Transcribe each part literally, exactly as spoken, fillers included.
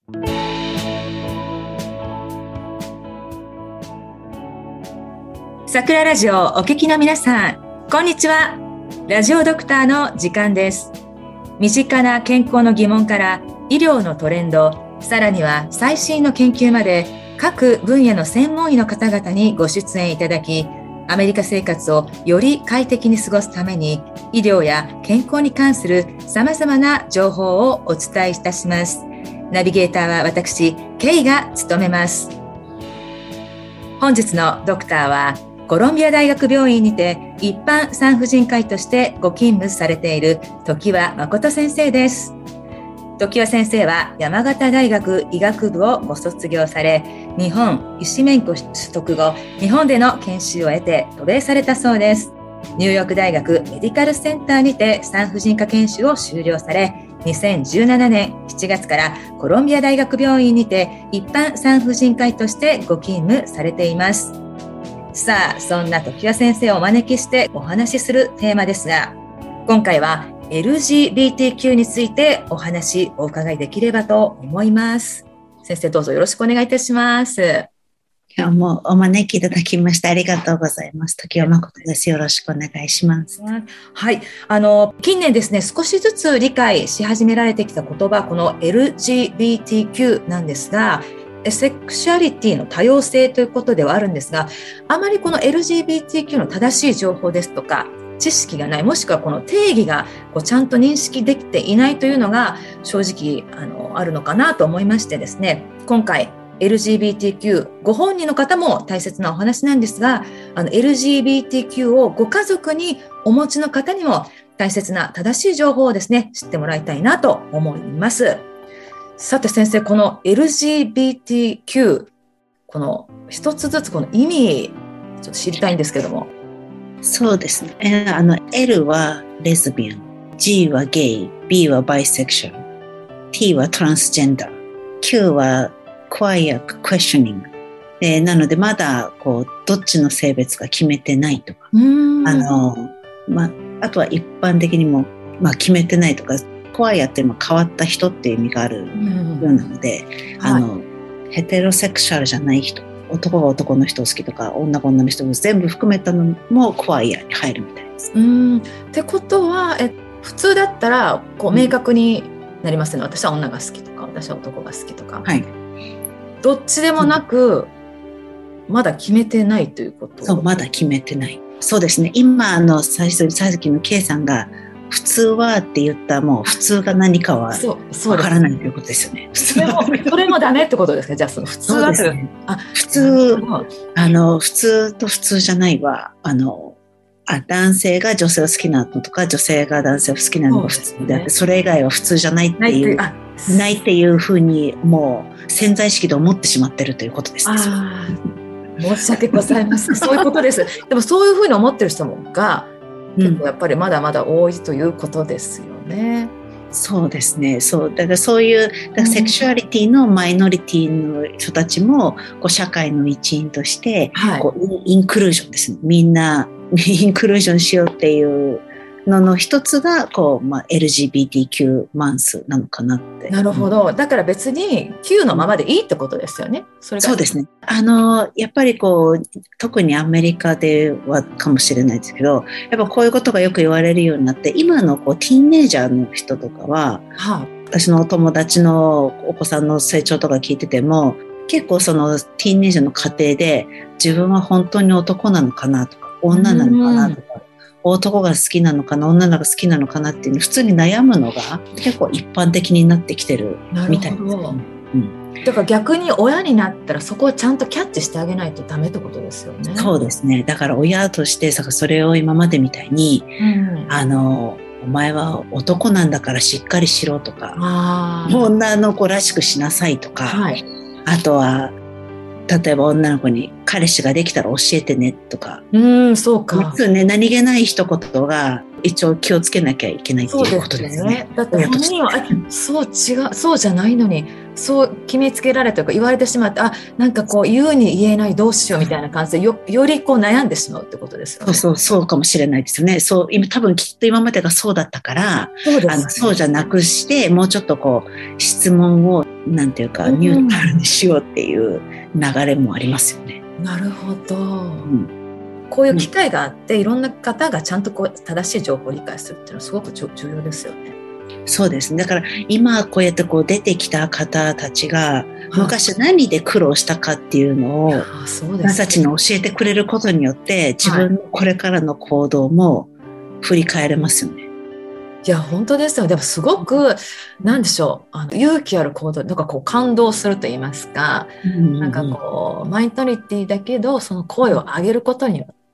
桜ラジオお聞きの皆さん、こんにちは。ラジオドクターの時間です。身近な健康の疑問から医療のトレンド、さらには最新の研究まで、各分野の専門医の方々にご出演いただき、アメリカ生活をより快適に過ごすために、医療や健康に関する様々な情報をお伝えいたします。ナビゲーターは私、ケイが務めます。本日のドクターは、コロンビア大学病院にて一般産婦人科医としてご勤務されている常盤誠先生です。常盤先生は山形大学医学部をご卒業され、日本医師免許取得後、日本での研修を得て渡米されたそうです。ニューヨーク大学メディカルセンターにて産婦人科研修を修了され、にせんじゅうななねんしちがつからコロンビア大学病院にて一般産婦人科医としてご勤務されています。さあ、そんな常盤先生をお招きしてお話しするテーマですが、今回は エルジービーティーキュー についてお話お伺いできればと思います。先生、どうぞよろしくお願いいたします。 今日もお招きいただきましてありがとうございます。常盤誠です。よろしくお願いします。 はい、あの近年ですね、少しずつ理解し始められてきた言葉、この エルジービーティーキュー なんですが、セクシュアリティの多様性ということではあるんですが、あまりこの エルジービーティーキュー の正しい情報ですとか知識がない、もしくはこの定義がこうちゃんと認識できていないというのが正直 あの、あるのかなと思いましてですね、今回 エルジービーティーキュー ご本人の方も大切なお話なんですが、あの エルジービーティーキュー をご家族にお持ちの方にも大切な正しい情報をですね、知ってもらいたいなと思います。さて先生、この エルジービーティーキュー、 この一つずつこの意味ちょっと知りたいんですけども。 そうですね、えー、あの L はレズビアン、 G はゲイ、 B はバイセクシュアル、 T はトランスジェンダー、 Q はクワイアクエスチョニング、えー、なのでまだこうどっちの性別か決めてないとか、あの、ま、あとは一般的にも、まあ、決めてないとか、クワイアっていうのは変わった人っていう意味があるようなので、うん、あの、はい、ヘテロセクシュアルじゃない人、男が男の人を好きとか女が女の人を全部含めたのもクワイアに入るみたいです。 うーんってことは、え普通だったらこう明確になりますね、うん、私は女が好きとか私は男が好きとか、はい、どっちでもなく、うん、まだ決めてないということ。 そう、まだ決めてない。そうですね、今の最初さっきの K さんが普通はって言ったもう普通が何かはわからないということですよね。 それもそれもダメってことですか。じゃあその普通はという、ね、あ普通あの普通と普通じゃないはあのあ男性が女性を好きなのとか女性が男性を好きなのが普通であって、それ以外は普通じゃないっていうないっていうふうにもう潜在意識で思ってしまってるということです。 あ申し訳ございません。そういうことです。でもそういうふうに思ってる人もが結構やっぱりまだまだ多いということですよね。 うん、そうですね。そうだからそういうだからセクシュアリティのマイノリティの人たちもこう社会の一員として、はい、こうインクルージョンですね。みんなインクルージョンしようっていうのの一つがこう、まあ、エルジービーティーキュー マンスなのかなって。 なるほど。だから別に Q のままでいいってことですよね。それがそうですね。あのやっぱりこう特にアメリカではかもしれないですけど、やっぱこういうことがよく言われるようになって、今のこうティーンエイジャーの人とかは、はあ、私のお友達のお子さんの成長とか聞いてても、結構そのティーンエイジャーの過程で自分は本当に男なのかなとか女なのかなとか、男が好きなのかな女の子が好きなのかなっていうの普通に悩むのが結構一般的になってきてるみたいですね。 うん、だから逆に親になったらそこをちゃんとキャッチしてあげないとダメってことですよね。 そうですね。だから親としてそれを今までみたいに、うん、あのお前は男なんだからしっかりしろとか、女の子らしくしなさいとか、はい、あとは例えば女の子に彼氏ができたら教えてねとか、 うん、そうか、 ね、何気ない一言が一応気をつけなきゃいけないっていうことですね。 そうですね。だって本人はそう違うそうじゃないのにそう決めつけられたとか言われてしまって、あなんかこう言うに言えないどうしようみたいな感じで よ, よりこう悩んでしまうってことですよね。 そうそうそうかもしれないですよね。そう今多分きっと今までがそうだったから、そうですね、あのそうじゃなくしてもうちょっとこう質問をなんていうか、ニュートラルにしようっていう流れもありますよね。 なるほど、うん、 こういう機会があって、うん、いろんな方がちゃんとこう正しい情報を理解するっていうのはすごく重要ですよね。 そうですね。だから今こうやってこう出てきた方たちが昔何で苦労したかっていうのを私たちに教えてくれることによって自分のこれからの行動も振り返れますよね。 いや本当ですよ。でもすごくなんでしょう、あの勇気ある行動、なんかこう感動すると言いますか、うんうんうん、なんかこうマイノリティだけどその声を上げることによって、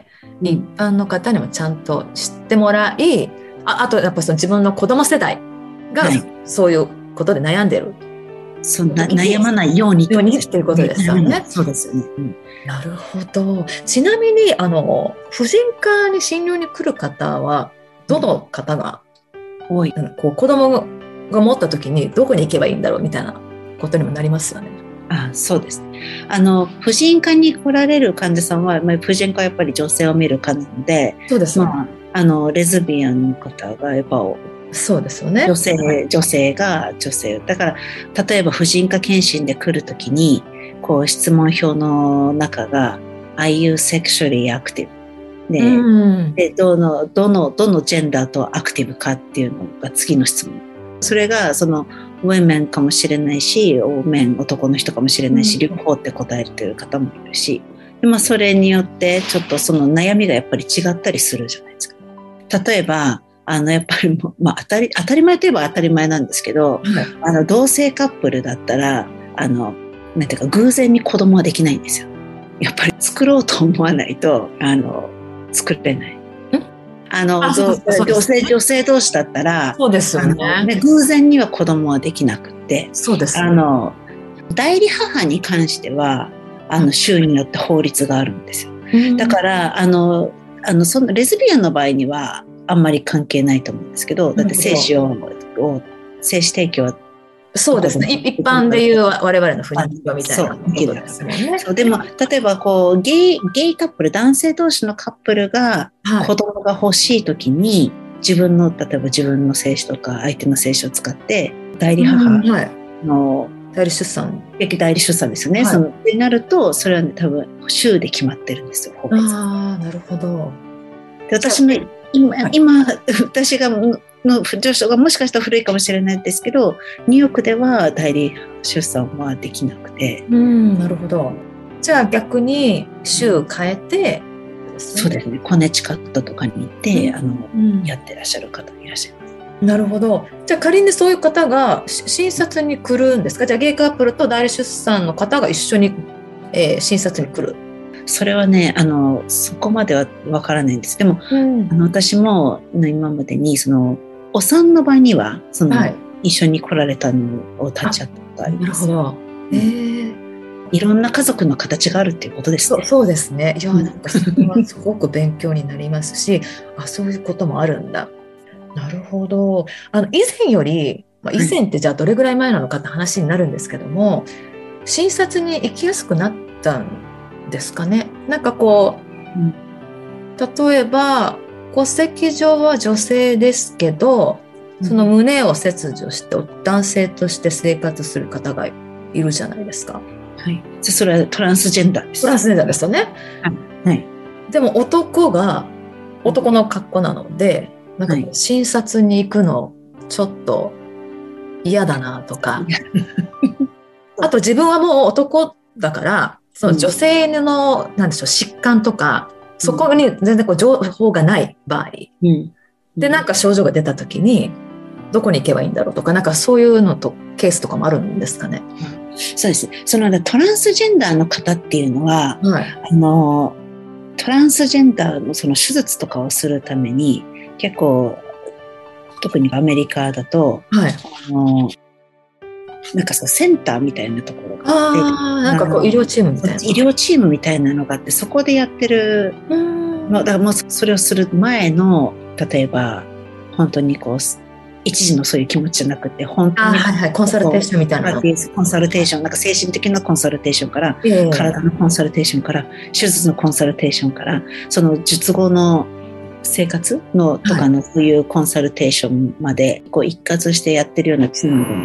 うん、一般の方にもちゃんと知ってもらい、あ, あとやっぱりその自分の子供世代がそういうことで悩んでる、はい、 そんな悩まないようにということですよね。 そうですよね、うん、 なるほど。ちなみにあの婦人科に診療に来る方はどの方が多い、うん、こう子供が持った時にどこに行けばいいんだろうみたいなことにもなりますよね。 ああ、そうですね。あの婦人科に来られる患者さんは、まあ、婦人科はやっぱり女性を見る科なので、 そうですね、 まあ、あのレズビアンの方がやっぱそうですよね。 女性、女性が女性だから例えば婦人科検診で来るときにこう質問票の中が Are you sexually active? で、うん、でどのどのどのジェンダーとアクティブかっていうのが次の質問。それがそのwomen かもしれないし men 男の人かもしれないし、両方って答えてる方もいるし、で、まあ、それによってちょっとその悩みがやっぱり違ったりするじゃないですか。例えばあのやっぱりも、まあ、当たり当たり前といえば当たり前なんですけど、はい、あの同性カップルだったらあのなんていうか偶然に子供はできないんですよ。やっぱり作ろうと思わないとあの作れない。あのあ女性女性同士だったらそうですよね。 ね、偶然には子供はできなくて、 そうです、ね、 あの代理母に関してはあの州によって法律があるんですよ。うん、だからあのあのそのレズビアンの場合にはあんまり関係ないと思うんですけど、だって精子を、を精子提供はそうですね。一般でいう我々の不妊治療みたいなことですもんね。 そうでも例えばこうゲイ、ゲイカップル、男性同士のカップルが子供が欲しいときに、はい、自分の例えば自分の精子とか相手の精子を使って代理母の、 うんはい、代理出産代理出産ですよね。はい、そのってなるとそれは、ね、多分州で決まってるんですよ。法律。 ああ、なるほど。 で私の今、はい、今私がの上昇がもしかしたら古いかもしれないですけど、ニューヨークでは代理出産はできなくて。 うん、なるほど。じゃあ逆に州変えて、 そうですね。コネチカットとかに行って、うん、あの、うん、やってらっしゃる方いらっしゃいます。 なるほど。じゃあ仮にそういう方が診察に来るんですか？じゃあゲイカップルと代理出産の方が一緒に、えー、診察に来る。 それはね、あのそこまではわからないんです。でも、うん、あの私も今までにそのお産の場にはその、はい、一緒に来られたのを立ち会ったことがあります。 なるほど。えー、 いろんな家族の形があるっていうことですね。 そう、そうですね。いや、なんかそれはすごく勉強になりますし、あ、そういうこともあるんだ。なるほど。あの以前より、まあ、以前ってじゃあどれぐらい前なのかって話になるんですけども、はい、診察に行きやすくなったんですかね。なんかこう、うん、例えば戸籍上は女性ですけど、その胸を切除して男性として生活する方がいるじゃないですか。 はい。それはトランスジェンダーです。 トランスジェンダーですよね。 はい。 でも男が男の格好なので、なんか診察に行くのちょっと嫌だなとか、あと自分はもう男だから、その女性の、うん、なんでしょう、疾患とか、そこに全然こう情報がない場合、うん、でなんか症状が出た時にどこに行けばいいんだろうとか、なんかそういうのとケースとかもあるんですかね。 うん、そうですね。そのトランスジェンダーの方っていうのは、はい、あのトランスジェンダーのその手術とかをするために結構特にアメリカだと、はい、あのなんかそうセンターみたいなところがあって、 あなんかこう医療チームみたいな医療チームみたいなのがあって、そこでやってる、うんだからもうそれをする前の例えば本当にこう一時のそういう気持ちじゃなくて本当に、 はいはい、コンサルテーションみたいなコンサルテーションなんか精神的なコンサルテーションから、えー、体のコンサルテーションから手術のコンサルテーションからその術後の生活のとかのそういうコンサルテーションまでこう一括してやってるようなチーム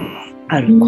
あることが多くて。 なんかあの前回あの不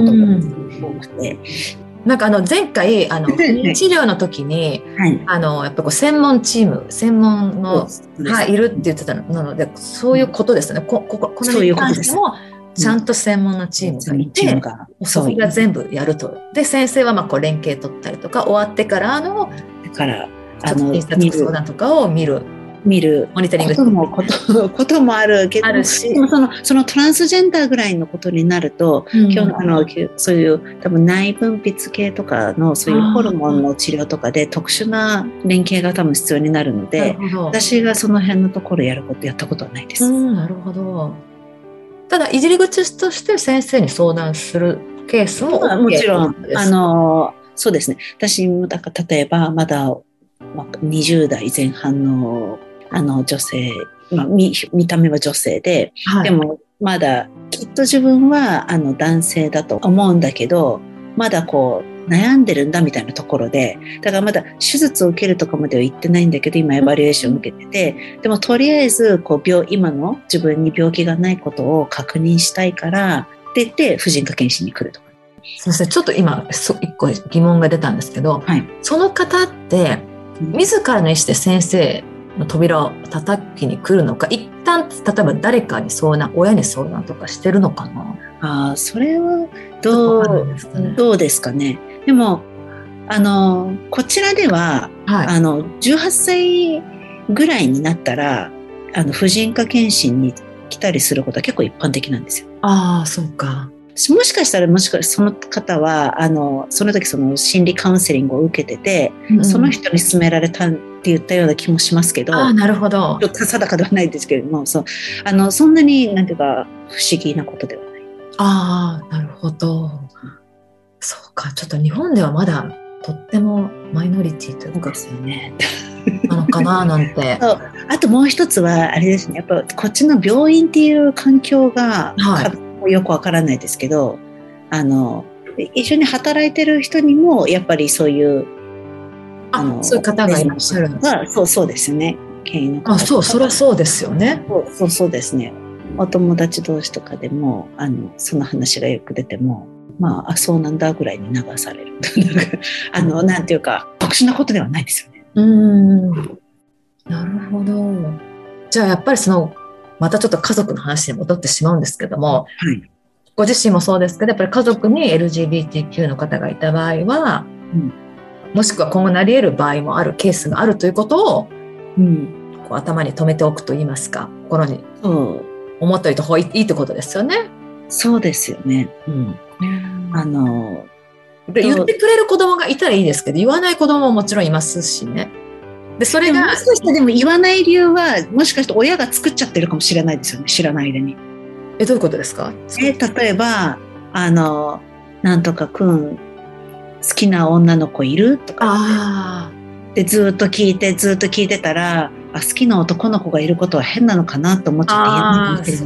なんかあの前回あの不妊治療の時に、はい、あのやっぱこう専門チーム専門の、はい、いるって言ってたのなのでそういうことですね。こここのに関してもちゃんと専門のチームがいて、うん、そこが全部やると。で先生はまあこう連携取ったりとか終わってからのだからあの相談とかを見る。 見るモニタリングこともことこともあるけど、 あるし、 でもそのそのトランスジェンダーぐらいのことになると、うん、今日のあのそういう多分内分泌系とかのそういうホルモンの治療とかで特殊な連携が多分必要になるので、私がその辺のところやることやったことはないです。 うん、なるほど。ただいじり口として先生に相談するケースも OK、 もちろんあのそうですね。私もだから例えばまだ、まあ、にじゅう代前半のあの女性、まあ、見, 見た目は女性で、はい、でもまだきっと自分はあの男性だと思うんだけどまだこう悩んでるんだみたいなところでだからまだ手術を受けるとかまでは言ってないんだけど今エバリエーションを受けててでもとりあえずこう病今の自分に病気がないことを確認したいからって言って婦人科検診に来るとか。 すみませんちょっと今一個疑問が出たんですけど、はい、その方って自らの意思で先生の扉を叩きに来るのか一旦例えば誰かに相談親に相談とかしてるのかな。 あそれはどう、ね、どうですかね。でもあのこちらでは、はい、あのじゅうはっさいぐらいになったらあの婦人科検診に来たりすることは結構一般的なんですよ。 ああそうか。 もしかしたらもしかしたらその方はあのその時その心理カウンセリングを受けてて、うん、その人に勧められたって言ったような気もしますけど、 あなるほど。 ちょっと定かではないですけれども、そうあのそんなになんていうか不思議なことではない。 ああなるほど。そうかちょっと日本ではまだとってもマイノリティというかですよね。 なのかななんて。 そうあともう一つはあれですね。やっぱこっちの病院っていう環境が、はい、よくわからないですけど、あの一緒に働いてる人にもやっぱりそういうあのそういう方がいらっしゃるのがそうそうですね。経営の方あそうそれはそうですよね。 そうそうそうですね。お友達同士とかでもあのその話がよく出てもまああそうなんだぐらいに流されるあのなんていうか特殊なことではないですよね。 うーんなるほど。じゃあやっぱりそのまたちょっと家族の話に戻ってしまうんですけども、はい、ご自身もそうですけどやっぱり家族に エルジービーティーキュー の方がいた場合は、うん、もしくは今後なり得る場合もあるケースがあるということを、うん、こう頭に留めておくといいますか心に思っておいた方がいいってことですよね。 そうですよね、うん、あの言ってくれる子供がいたらいいですけど言わない子供ももちろんいますしね。でそれがもしかしてでも言わない理由はもしかして親が作っちゃってるかもしれないですよね知らない間に。 えどういうことですか。 え例えばあのなんとかくん好きな女の子いるとかあでずっと聞いてずっと聞いてたらあ好きな男の子がいることは変なのかなと思っちゃって言えないかもしれ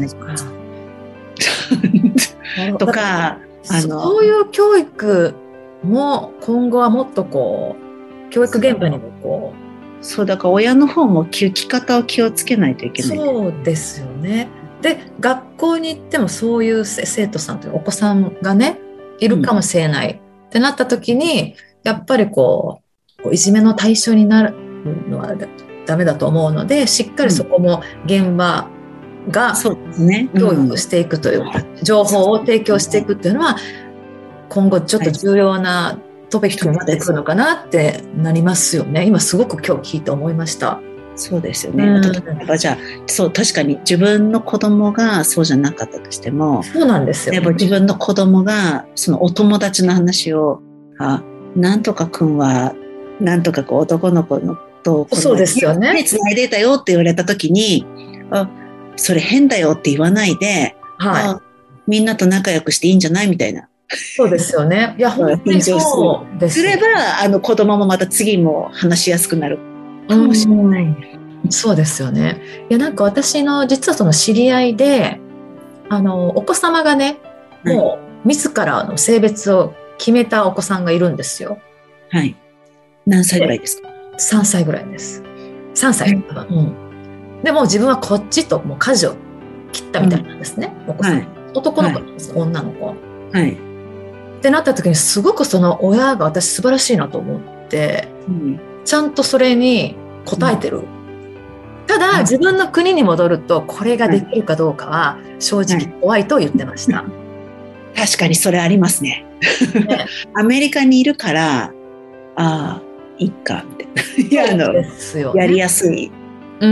ないとかあのそういう教育も今後はもっとこう教育現場にもこうそうだから親の方も聞き方を気をつけないといけない。 そうですよね。で学校に行ってもそういう生徒さんというお子さんがねいるかもしれない、うん、ってなった時にやっぱりこういじめの対象になるのはダメだと思うのでしっかりそこも現場が教育していくというか、うん、情報を提供していくっていうのは今後ちょっと重要なトピックになってくるのかなってなりますよね。今すごく今日聞いて思いました。 そうですよね、うん、例えばじゃあそう確かに自分の子供がそうじゃなかったとしてもそうなんですよ、ね、 でも自分の子供がそのお友達の話をあなんとかくんはなんとかこう男の子のとそうですよねつないでたよって言われた時にあそれ変だよって言わないで、はい、あみんなと仲良くしていいんじゃないみたいな。 そうですよね。いや本当にそうです。 すればあの子供もまた次も話しやすくなるかもしれない。 そうですよね。いやなんか私の実はその知り合いであのお子様がねもう自らの性別を決めたお子さんがいるんですよ。 はい。何歳ぐらいですか？ さんさいぐらいです。さんさい、はいうん、でも自分はこっちともう舵を切ったみたいなんですね、うん、お子さん、はい、男の子です、はい、女の子はい。 ってなった時にすごくその親が私素晴らしいなと思って、 うん、 ちゃんとそれに応えてる。うん、ただ、自分の国に戻るとこれができるかどうかは正直怖いと言ってました。はいはい、確かにそれありますね。ねアメリカにいるから、ああ、いっかって。いや、あの、ですよね、やりやすい。 うん。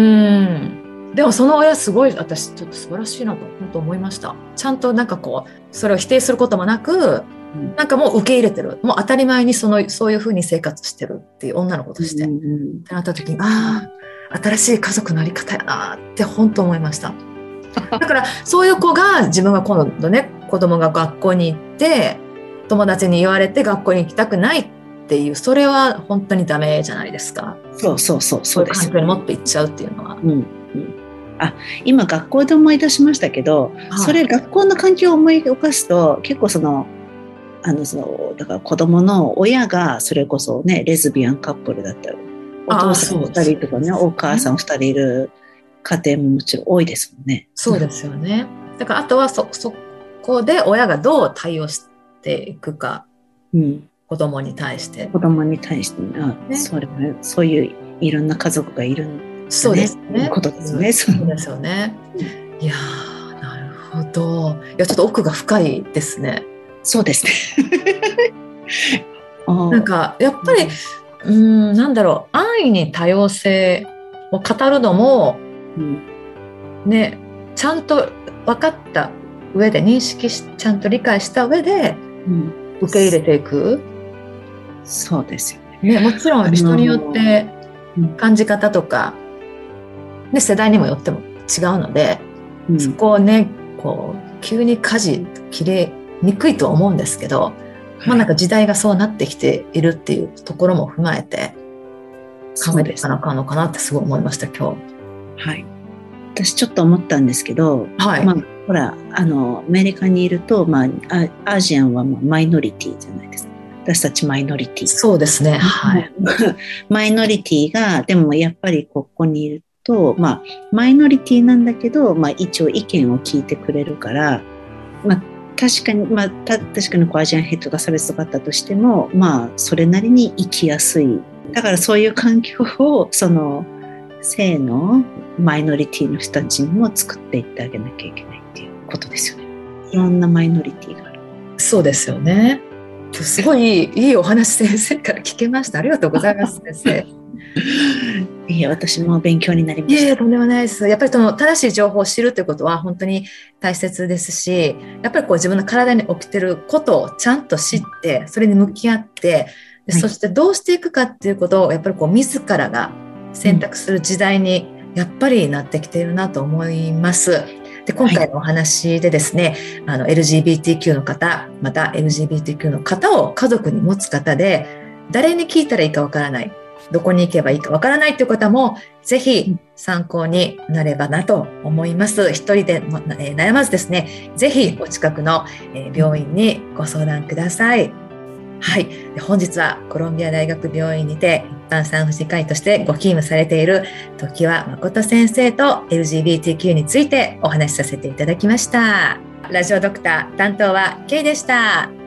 でもその親すごい、私ちょっと素晴らしいなと本当思いました。ちゃんとなんかこう、それを否定することもなく、なんかもう受け入れてる。もう当たり前にその、そういうふうに生活してるっていう女の子として。うんうん、ってなった時に、ああ、新しい家族のあり方やなって本当思いました。だからそういう子が自分が今度ね、子供が学校に行って友達に言われて学校に行きたくないっていう、それは本当にダメじゃないですか。 そうそうそうそうです。 環境に持っていっちゃうっていうのは。うんうん、 あ、今学校で思い出しましたけど、はい、それ学校の環境を思い起こすと結構そのあのそのだから子供の親がそれこそねレズビアンカップルだったり、お父さんふたりとかね、お母さんふたりいる家庭ももちろん多いですもんね。 そうですよね。だからあとは そ, そこで親がどう対応していくか、うん、子供に対して子供に対して、あ、ね、それはそういういろんな家族がいるんだね。 そうですね。 ことですね。 そうですよね。いやー、なるほど。いや、ちょっと奥が深いですね。 そうですね。 なんかやっぱり、うん、なんだろう、安易に多様性を語るのも、うん、ね、ちゃんと分かった上で認識し、ちゃんと理解した上で、うん、受け入れていく。 そうですよね。 ね、もちろん人によって感じ方とか、ね、世代にもよっても違うので、うん、そこをね、こう急に舵切れにくいと思うんですけど、まあなんか時代がそうなってきているっていうところも踏まえて考えていかなあかんのかなってすごい思いました今日。 はい。私ちょっと思ったんですけど、はい、まあほらあのアメリカにいると、まあアアジアンはまあマイノリティじゃないですか。私たちマイノリティ。 そうですね。はい。 マイノリティがでもやっぱりここにいると、まあマイノリティなんだけど、まあ一応意見を聞いてくれるから、まあ確かに、まあ、た確かにこうアジアンヘッドが差別とかあったとしても、まあ、それなりに生きやすい。だからそういう環境を、その、性のマイノリティの人たちにも作っていってあげなきゃいけないっていうことですよね。いろんなマイノリティがある。 そうですよね。今日すごいいいお話先生から聞けました。ありがとうございます、先生。 いや、私も勉強になりました。 いやいや、とんでもないです。やっぱりその正しい情報を知るということは本当に大切ですし、やっぱりこう自分の体に起きてることをちゃんと知って、それに向き合って、でそしてどうしていくかっていうことをやっぱりこう自らが選択する時代にやっぱりなってきているなと思います。で、今回のお話でですね、はい、あの エルジービーティーキュー の方、また エルジービーティーキュー の方を家族に持つ方で、誰に聞いたらいいかわからない、どこに行けばいいかわからないという方もぜひ参考になればなと思います。一人で悩まずですね、ぜひお近くの病院にご相談ください。はい、本日はコロンビア大学病院にて一般産婦人科医としてご勤務されている常盤誠先生と エルジービーティーキュー についてお話しさせていただきました。ラジオドクター担当はケイでした。